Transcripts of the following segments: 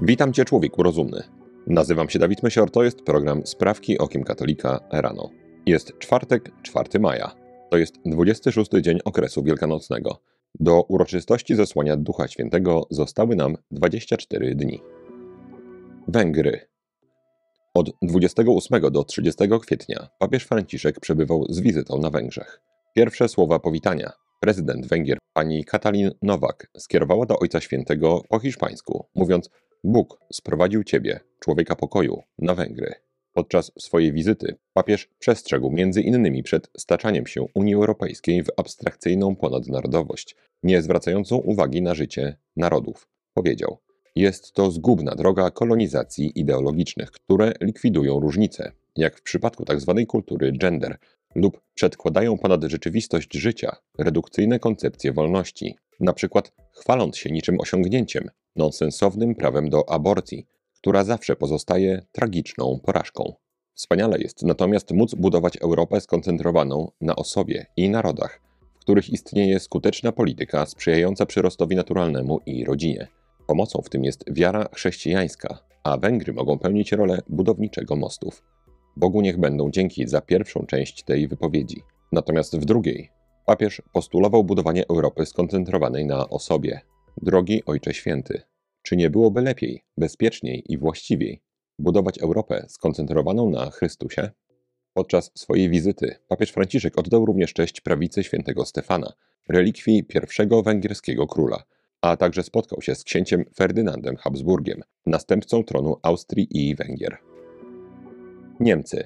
Witam Cię, człowieku rozumny. Nazywam się Dawid Mysior, to jest program Sprawki okiem katolika rano. Jest czwartek, 4 maja. To jest 26 dzień okresu wielkanocnego. Do uroczystości zesłania Ducha Świętego zostały nam 24 dni. Węgry. Od 28 do 30 kwietnia papież Franciszek przebywał z wizytą na Węgrzech. Pierwsze słowa powitania prezydent Węgier, pani Katalin Nowak, skierowała do Ojca Świętego po hiszpańsku, mówiąc: Bóg sprowadził Ciebie, człowieka pokoju, na Węgry. Podczas swojej wizyty papież przestrzegł m.in. przed staczaniem się Unii Europejskiej w abstrakcyjną ponadnarodowość, nie zwracającą uwagi na życie narodów. Powiedział: jest to zgubna droga kolonizacji ideologicznych, które likwidują różnice, jak w przypadku tzw. kultury gender, lub przedkładają ponad rzeczywistość życia redukcyjne koncepcje wolności, na przykład chwaląc się niczym osiągnięciem, nonsensownym prawem do aborcji, która zawsze pozostaje tragiczną porażką. Wspaniale jest natomiast móc budować Europę skoncentrowaną na osobie i narodach, w których istnieje skuteczna polityka sprzyjająca przyrostowi naturalnemu i rodzinie. Pomocą w tym jest wiara chrześcijańska, a Węgry mogą pełnić rolę budowniczego mostów. Bogu niech będą dzięki za pierwszą część tej wypowiedzi. Natomiast w drugiej papież postulował budowanie Europy skoncentrowanej na osobie. Drogi Ojcze Święty, czy nie byłoby lepiej, bezpieczniej i właściwiej budować Europę skoncentrowaną na Chrystusie? Podczas swojej wizyty papież Franciszek oddał również cześć prawicy świętego Stefana, relikwii pierwszego węgierskiego króla, a także spotkał się z księciem Ferdynandem Habsburgiem, następcą tronu Austrii i Węgier. Niemcy.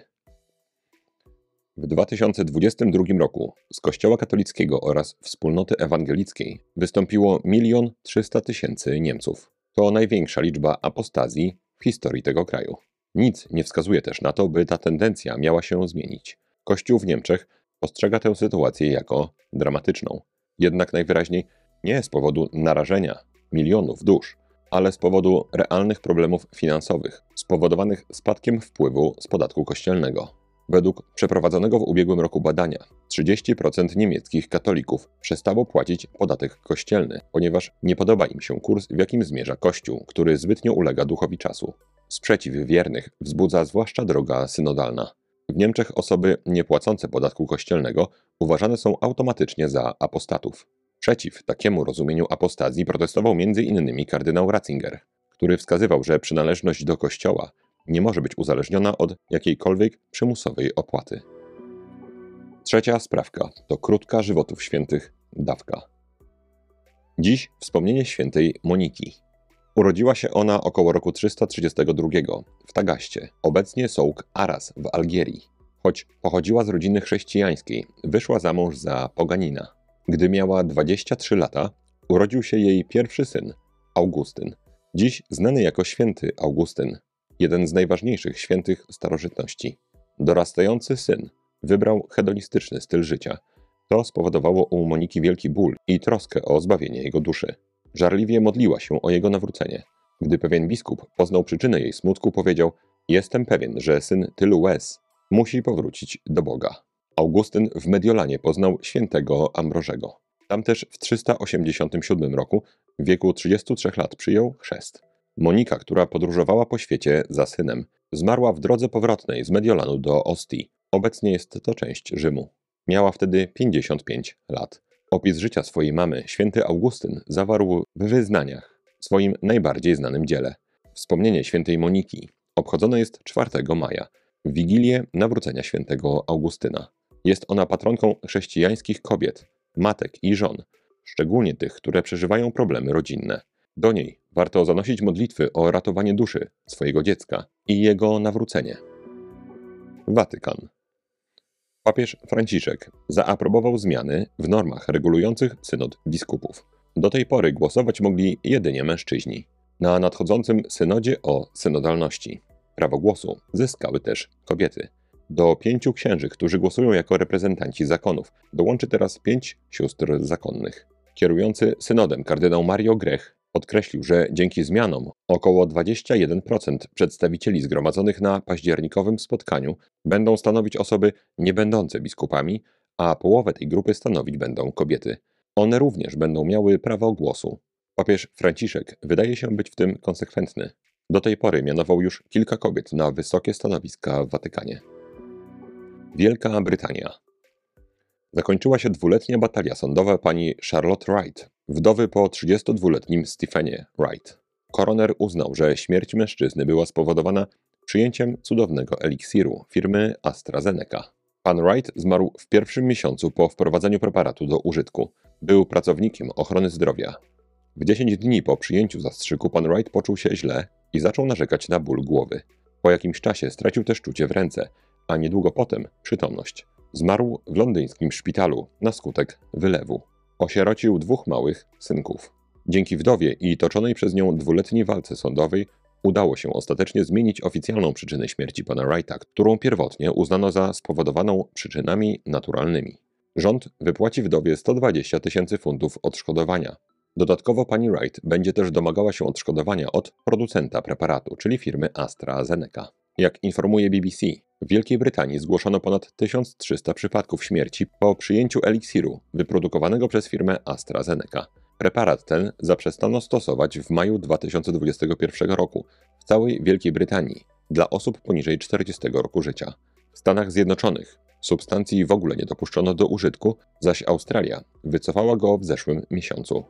W 2022 roku z Kościoła katolickiego oraz wspólnoty ewangelickiej wystąpiło 1 300 000 Niemców. To największa liczba apostazji w historii tego kraju. Nic nie wskazuje też na to, by ta tendencja miała się zmienić. Kościół w Niemczech postrzega tę sytuację jako dramatyczną. Jednak najwyraźniej nie z powodu narażenia milionów dusz, ale z powodu realnych problemów finansowych spowodowanych spadkiem wpływu z podatku kościelnego. Według przeprowadzonego w ubiegłym roku badania 30% niemieckich katolików przestało płacić podatek kościelny, ponieważ nie podoba im się kurs, w jakim zmierza Kościół, który zbytnio ulega duchowi czasu. Sprzeciw wiernych wzbudza zwłaszcza droga synodalna. W Niemczech osoby niepłacące podatku kościelnego uważane są automatycznie za apostatów. Przeciw takiemu rozumieniu apostazji protestował m.in. kardynał Ratzinger, który wskazywał, że przynależność do Kościoła nie może być uzależniona od jakiejkolwiek przymusowej opłaty. Trzecia sprawka to krótka żywotów świętych dawka. Dziś wspomnienie świętej Moniki. Urodziła się ona około roku 332 w Tagaście, obecnie sołk Aras w Algierii. Choć pochodziła z rodziny chrześcijańskiej, wyszła za mąż za poganina. Gdy miała 23 lata, urodził się jej pierwszy syn, Augustyn. Dziś znany jako święty Augustyn, jeden z najważniejszych świętych starożytności. Dorastający syn wybrał hedonistyczny styl życia. To spowodowało u Moniki wielki ból i troskę o zbawienie jego duszy. Żarliwie modliła się o jego nawrócenie. Gdy pewien biskup poznał przyczynę jej smutku, powiedział: jestem pewien, że syn tylu łez musi powrócić do Boga. Augustyn w Mediolanie poznał świętego Ambrożego. Tam też w 387 roku, w wieku 33 lat, przyjął chrzest. Monika, która podróżowała po świecie za synem, zmarła w drodze powrotnej z Mediolanu do Ostii. Obecnie jest to część Rzymu. Miała wtedy 55 lat. Opis życia swojej mamy święty Augustyn zawarł w Wyznaniach, swoim najbardziej znanym dziele. Wspomnienie świętej Moniki obchodzone jest 4 maja, w Wigilię Nawrócenia świętego Augustyna. Jest ona patronką chrześcijańskich kobiet, matek i żon, szczególnie tych, które przeżywają problemy rodzinne. Do niej warto zanosić modlitwy o ratowanie duszy swojego dziecka i jego nawrócenie. Watykan. Papież Franciszek zaaprobował zmiany w normach regulujących synod biskupów. Do tej pory głosować mogli jedynie mężczyźni. Na nadchodzącym synodzie o synodalności prawo głosu zyskały też kobiety. Do 5 księży, którzy głosują jako reprezentanci zakonów, dołączy teraz 5 sióstr zakonnych. Kierujący synodem kardynał Mario Grech podkreślił, że dzięki zmianom około 21% przedstawicieli zgromadzonych na październikowym spotkaniu będą stanowić osoby niebędące biskupami, a połowę tej grupy stanowić będą kobiety. One również będą miały prawo głosu. Papież Franciszek wydaje się być w tym konsekwentny. Do tej pory mianował już kilka kobiet na wysokie stanowiska w Watykanie. Wielka Brytania. Zakończyła się dwuletnia batalia sądowa pani Charlotte Wright, wdowy po 32-letnim Stephenie Wright. Koroner uznał, że śmierć mężczyzny była spowodowana przyjęciem cudownego eliksiru firmy AstraZeneca. Pan Wright zmarł w pierwszym miesiącu po wprowadzeniu preparatu do użytku. Był pracownikiem ochrony zdrowia. W 10 dni po przyjęciu zastrzyku pan Wright poczuł się źle i zaczął narzekać na ból głowy. Po jakimś czasie stracił też czucie w ręce, a niedługo potem przytomność. Zmarł w londyńskim szpitalu na skutek wylewu. Osierocił 2 małych synków. Dzięki wdowie i toczonej przez nią dwuletniej walce sądowej udało się ostatecznie zmienić oficjalną przyczynę śmierci pana Wrighta, którą pierwotnie uznano za spowodowaną przyczynami naturalnymi. Rząd wypłaci wdowie 120 000 funtów odszkodowania. Dodatkowo pani Wright będzie też domagała się odszkodowania od producenta preparatu, czyli firmy AstraZeneca. Jak informuje BBC, w Wielkiej Brytanii zgłoszono ponad 1300 przypadków śmierci po przyjęciu eliksiru wyprodukowanego przez firmę AstraZeneca. Preparat ten zaprzestano stosować w maju 2021 roku w całej Wielkiej Brytanii dla osób poniżej 40 roku życia. W Stanach Zjednoczonych substancji w ogóle nie dopuszczono do użytku, zaś Australia wycofała go w zeszłym miesiącu.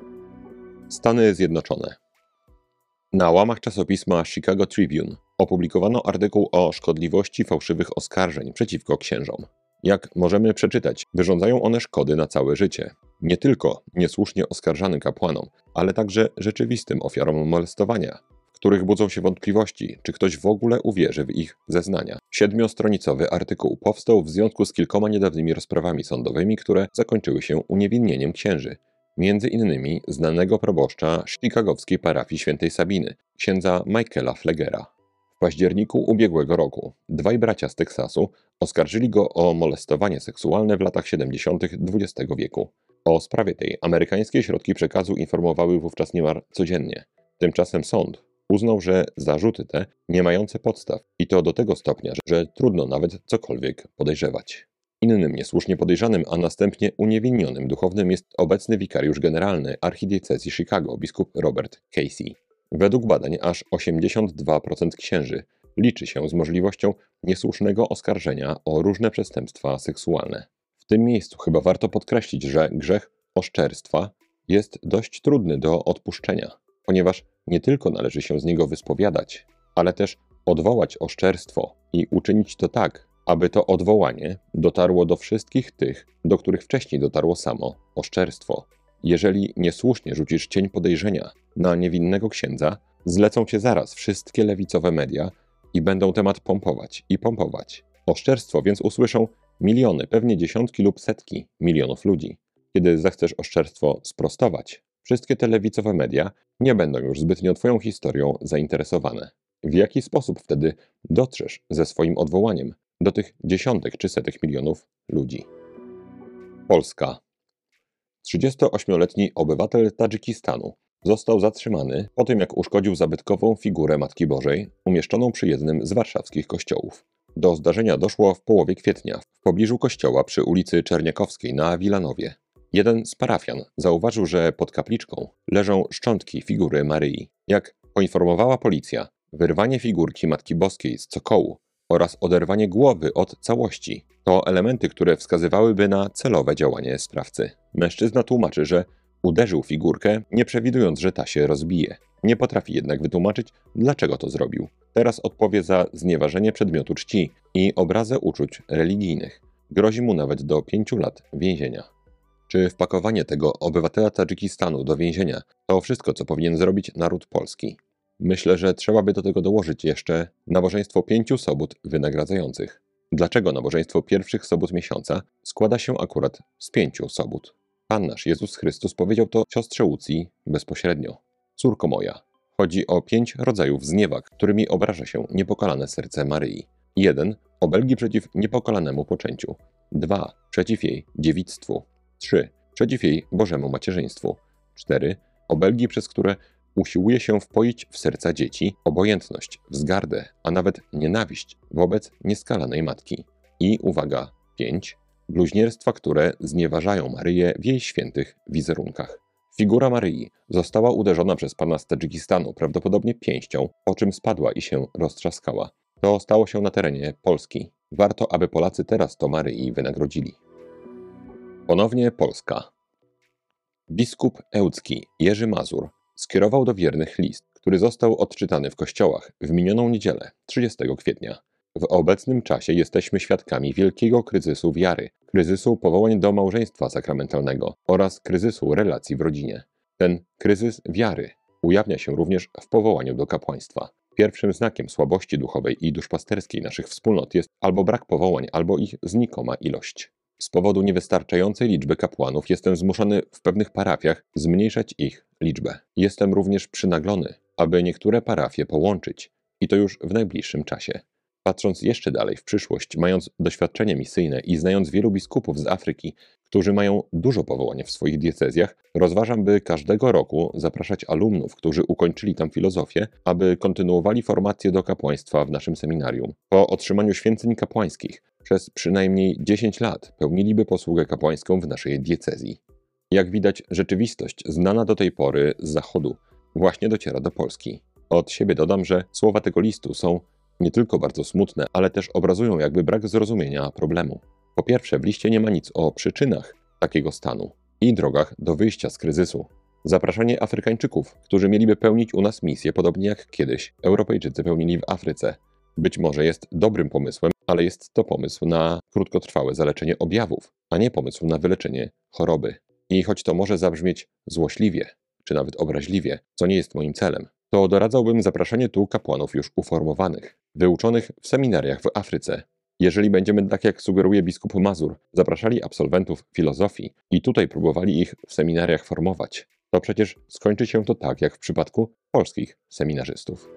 Stany Zjednoczone. Na łamach czasopisma Chicago Tribune opublikowano artykuł o szkodliwości fałszywych oskarżeń przeciwko księżom. Jak możemy przeczytać, wyrządzają one szkody na całe życie. Nie tylko niesłusznie oskarżanym kapłanom, ale także rzeczywistym ofiarom molestowania, w których budzą się wątpliwości, czy ktoś w ogóle uwierzy w ich zeznania. 7-stronicowy artykuł powstał w związku z kilkoma niedawnymi rozprawami sądowymi, które zakończyły się uniewinnieniem księży. Między innymi znanego proboszcza chicagowskiej parafii świętej Sabiny, księdza Michaela Flegera. W październiku ubiegłego roku 2 bracia z Teksasu oskarżyli go o molestowanie seksualne w latach 70. XX wieku. O sprawie tej amerykańskie środki przekazu informowały wówczas niemal codziennie. Tymczasem sąd uznał, że zarzuty te nie mające podstaw i to do tego stopnia, że trudno nawet cokolwiek podejrzewać. Innym niesłusznie podejrzanym, a następnie uniewinionym duchownym jest obecny wikariusz generalny archidiecezji Chicago, biskup Robert Casey. Według badań aż 82% księży liczy się z możliwością niesłusznego oskarżenia o różne przestępstwa seksualne. W tym miejscu chyba warto podkreślić, że grzech oszczerstwa jest dość trudny do odpuszczenia, ponieważ nie tylko należy się z niego wyspowiadać, ale też odwołać oszczerstwo i uczynić to tak, aby to odwołanie dotarło do wszystkich tych, do których wcześniej dotarło samo oszczerstwo. Jeżeli niesłusznie rzucisz cień podejrzenia na niewinnego księdza, zlecą cię zaraz wszystkie lewicowe media i będą temat pompować i pompować. Oszczerstwo więc usłyszą miliony, pewnie dziesiątki lub setki milionów ludzi. Kiedy zechcesz oszczerstwo sprostować, wszystkie te lewicowe media nie będą już zbytnio twoją historią zainteresowane. W jaki sposób wtedy dotrzesz ze swoim odwołaniem do tych dziesiątek czy setek milionów ludzi? Polska. 38-letni obywatel Tadżykistanu został zatrzymany po tym, jak uszkodził zabytkową figurę Matki Bożej umieszczoną przy jednym z warszawskich kościołów. Do zdarzenia doszło w połowie kwietnia w pobliżu kościoła przy ulicy Czerniakowskiej na Wilanowie. Jeden z parafian zauważył, że pod kapliczką leżą szczątki figury Maryi. Jak poinformowała policja, wyrwanie figurki Matki Boskiej z cokołu oraz oderwanie głowy od całości to elementy, które wskazywałyby na celowe działanie sprawcy. Mężczyzna tłumaczy, że uderzył figurkę, nie przewidując, że ta się rozbije. Nie potrafi jednak wytłumaczyć, dlaczego to zrobił. Teraz odpowie za znieważenie przedmiotu czci i obrazę uczuć religijnych. Grozi mu nawet do 5 lat więzienia. Czy wpakowanie tego obywatela Tadżykistanu do więzienia to wszystko, co powinien zrobić naród polski? Myślę, że trzeba by do tego dołożyć jeszcze nabożeństwo 5 sobót wynagradzających. Dlaczego nabożeństwo pierwszych sobót miesiąca składa się akurat z 5 sobót? Pan nasz Jezus Chrystus powiedział to siostrze Łucji bezpośrednio. Córko moja, chodzi o 5 rodzajów zniewag, którymi obraża się niepokalane serce Maryi. 1. Obelgi przeciw niepokalanemu poczęciu. 2. Przeciw jej dziewictwu. 3. Przeciw jej Bożemu macierzyństwu. 4. Obelgi, przez które usiłuje się wpoić w serca dzieci obojętność, wzgardę, a nawet nienawiść wobec nieskalanej matki. I uwaga, 5. Bluźnierstwa, które znieważają Maryję w jej świętych wizerunkach. Figura Maryi została uderzona przez pana z Tadżykistanu, prawdopodobnie pięścią, po czym spadła i się roztrzaskała. To stało się na terenie Polski. Warto, aby Polacy teraz to Maryi wynagrodzili. Ponownie Polska. Biskup ełcki Jerzy Mazur skierował do wiernych list, który został odczytany w kościołach w minioną niedzielę, 30 kwietnia. W obecnym czasie jesteśmy świadkami wielkiego kryzysu wiary, kryzysu powołań do małżeństwa sakramentalnego oraz kryzysu relacji w rodzinie. Ten kryzys wiary ujawnia się również w powołaniu do kapłaństwa. Pierwszym znakiem słabości duchowej i duszpasterskiej naszych wspólnot jest albo brak powołań, albo ich znikoma ilość. Z powodu niewystarczającej liczby kapłanów jestem zmuszony w pewnych parafiach zmniejszać ich liczbę. Jestem również przynaglony, aby niektóre parafie połączyć i to już w najbliższym czasie. Patrząc jeszcze dalej w przyszłość, mając doświadczenie misyjne i znając wielu biskupów z Afryki, którzy mają dużo powołań w swoich diecezjach, rozważam, by każdego roku zapraszać alumnów, którzy ukończyli tam filozofię, aby kontynuowali formację do kapłaństwa w naszym seminarium. Po otrzymaniu święceń kapłańskich przez przynajmniej 10 lat pełniliby posługę kapłańską w naszej diecezji. Jak widać, rzeczywistość znana do tej pory z Zachodu właśnie dociera do Polski. Od siebie dodam, że słowa tego listu są nie tylko bardzo smutne, ale też obrazują jakby brak zrozumienia problemu. Po pierwsze, w liście nie ma nic o przyczynach takiego stanu i drogach do wyjścia z kryzysu. Zapraszanie Afrykańczyków, którzy mieliby pełnić u nas misję, podobnie jak kiedyś Europejczycy pełnili w Afryce, być może jest dobrym pomysłem, ale jest to pomysł na krótkotrwałe zaleczenie objawów, a nie pomysł na wyleczenie choroby. I choć to może zabrzmieć złośliwie, czy nawet obraźliwie, co nie jest moim celem, to doradzałbym zapraszanie tu kapłanów już uformowanych, wyuczonych w seminariach w Afryce. Jeżeli będziemy, tak jak sugeruje biskup Mazur, zapraszali absolwentów filozofii i tutaj próbowali ich w seminariach formować, to przecież skończy się to tak, jak w przypadku polskich seminarzystów.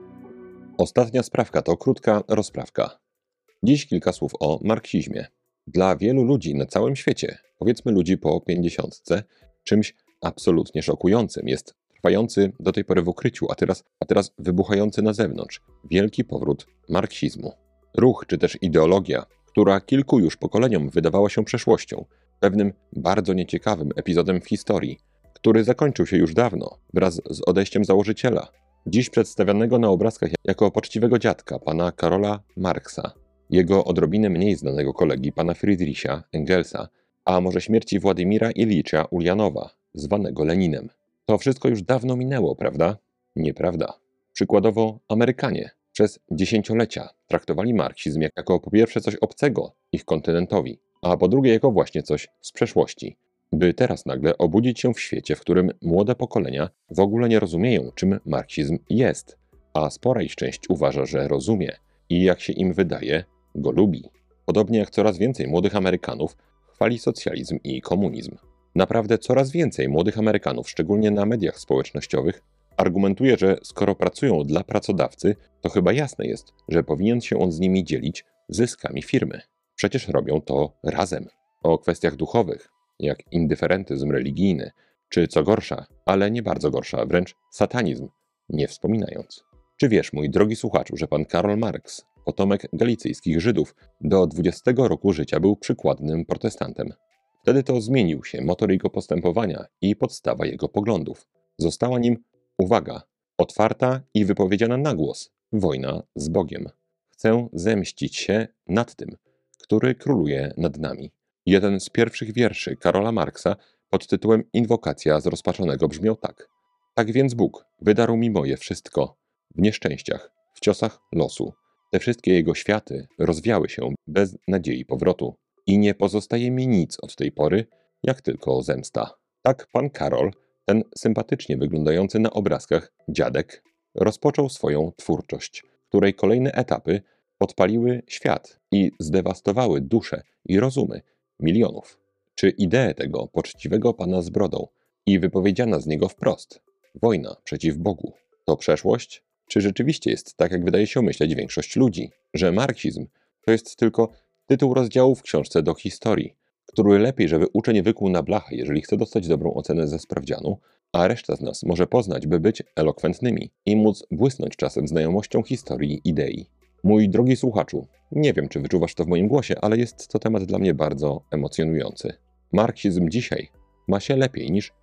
Ostatnia sprawka to krótka rozprawka. Dziś kilka słów o marksizmie. Dla wielu ludzi na całym świecie, powiedzmy ludzi po 50, czymś absolutnie szokującym jest trwający do tej pory w ukryciu, a teraz wybuchający na zewnątrz wielki powrót marksizmu. Ruch czy też ideologia, która kilku już pokoleniom wydawała się przeszłością, pewnym bardzo nieciekawym epizodem w historii, który zakończył się już dawno wraz z odejściem założyciela, dziś przedstawianego na obrazkach jako poczciwego dziadka pana Karola Marksa, jego odrobinę mniej znanego kolegi pana Friedricha Engelsa, a może śmierci Władimira Ilicza Uljanowa, zwanego Leninem. To wszystko już dawno minęło, prawda? Nieprawda. Przykładowo Amerykanie przez dziesięciolecia traktowali marksizm jako po pierwsze coś obcego ich kontynentowi, a po drugie jako właśnie coś z przeszłości. By teraz nagle obudzić się w świecie, w którym młode pokolenia w ogóle nie rozumieją, czym marksizm jest, a spora ich część uważa, że rozumie i jak się im wydaje, go lubi. Podobnie jak coraz więcej młodych Amerykanów chwali socjalizm i komunizm. Naprawdę coraz więcej młodych Amerykanów, szczególnie na mediach społecznościowych, argumentuje, że skoro pracują dla pracodawcy, to chyba jasne jest, że powinien się on z nimi dzielić zyskami firmy. Przecież robią to razem. O kwestiach duchowych, jak indyferentyzm religijny, czy co gorsza, ale nie bardzo gorsza, wręcz satanizm, nie wspominając. Czy wiesz, mój drogi słuchaczu, że pan Karol Marx, potomek galicyjskich Żydów, do 20 roku życia był przykładnym protestantem? Wtedy to zmienił się motor jego postępowania i podstawa jego poglądów. Została nim, uwaga, otwarta i wypowiedziana na głos wojna z Bogiem. Chcę zemścić się nad tym, który króluje nad nami. Jeden z pierwszych wierszy Karola Marksa pod tytułem Inwokacja zrozpaczonego brzmiał tak. Tak więc Bóg wydarł mi moje wszystko. W nieszczęściach, w ciosach losu. Te wszystkie jego światy rozwiały się bez nadziei powrotu. I nie pozostaje mi nic od tej pory, jak tylko zemsta. Tak pan Karol, ten sympatycznie wyglądający na obrazkach dziadek, rozpoczął swoją twórczość, której kolejne etapy podpaliły świat i zdewastowały dusze i rozumy milionów. Czy ideę tego poczciwego pana z brodą i wypowiedziana z niego wprost wojna przeciw Bogu to przeszłość? Czy rzeczywiście jest tak, jak wydaje się myśleć większość ludzi, że marksizm to jest tylko tytuł rozdziału w książce do historii, który lepiej, żeby uczeń wykuł na blachę, jeżeli chce dostać dobrą ocenę ze sprawdzianu, a reszta z nas może poznać, by być elokwentnymi i móc błysnąć czasem znajomością historii i idei. Mój drogi słuchaczu, nie wiem, czy wyczuwasz to w moim głosie, ale jest to temat dla mnie bardzo emocjonujący. Marksizm dzisiaj ma się lepiej niż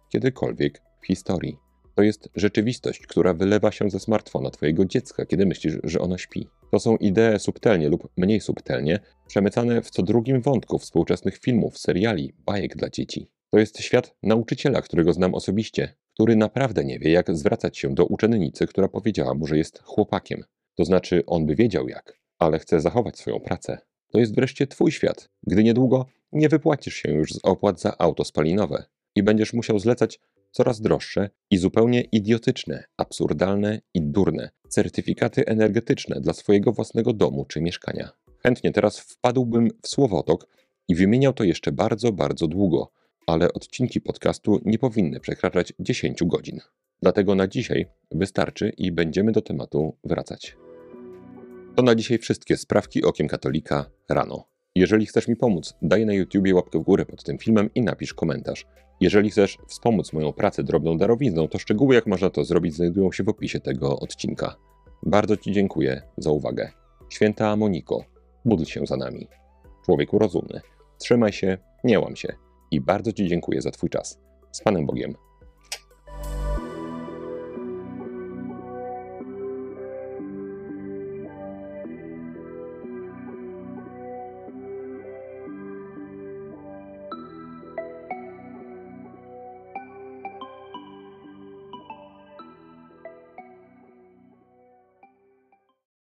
kiedykolwiek w historii. To jest rzeczywistość, która wylewa się ze smartfona twojego dziecka, kiedy myślisz, że ono śpi. To są idee subtelnie lub mniej subtelnie przemycane w co drugim wątku współczesnych filmów, seriali, bajek dla dzieci. To jest świat nauczyciela, którego znam osobiście, który naprawdę nie wie, jak zwracać się do uczennicy, która powiedziała mu, że jest chłopakiem. To znaczy, on by wiedział jak, ale chce zachować swoją pracę. To jest wreszcie twój świat, gdy niedługo nie wypłacisz się już z opłat za auto spalinowe i będziesz musiał zlecać coraz droższe i zupełnie idiotyczne, absurdalne i durne certyfikaty energetyczne dla swojego własnego domu czy mieszkania. Chętnie teraz wpadłbym w słowotok i wymieniał to jeszcze bardzo, bardzo długo, ale odcinki podcastu nie powinny przekraczać 10 godzin. Dlatego na dzisiaj wystarczy i będziemy do tematu wracać. To na dzisiaj wszystkie sprawki okiem katolika rano. Jeżeli chcesz mi pomóc, daj na YouTubie łapkę w górę pod tym filmem i napisz komentarz. Jeżeli chcesz wspomóc moją pracę drobną darowizną, to szczegóły, jak można to zrobić, znajdują się w opisie tego odcinka. Bardzo Ci dziękuję za uwagę. Święta Moniko, módl się za nami. Człowieku rozumny, trzymaj się, nie łam się i bardzo Ci dziękuję za Twój czas. Z Panem Bogiem.